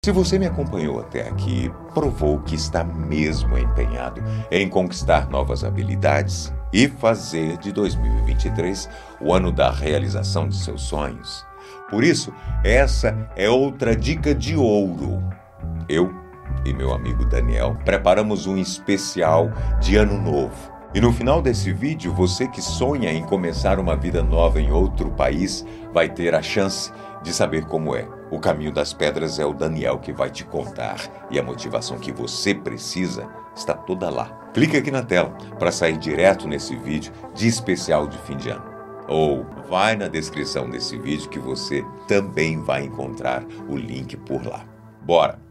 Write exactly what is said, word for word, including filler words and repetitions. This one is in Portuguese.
Se você me acompanhou até aqui, provou que está mesmo empenhado em conquistar novas habilidades e fazer de dois mil e vinte e três o ano da realização de seus sonhos. Por isso, essa é outra dica de ouro. Eu e meu amigo Daniel preparamos um especial de Ano Novo. E no final desse vídeo, você que sonha em começar uma vida nova em outro país vai ter a chance de saber como é. O caminho das pedras é o Daniel que vai te contar. E a motivação que você precisa está toda lá. Clique aqui na tela para sair direto nesse vídeo de especial de fim de ano. Ou vai na descrição desse vídeo que você também vai encontrar o link por lá. Bora!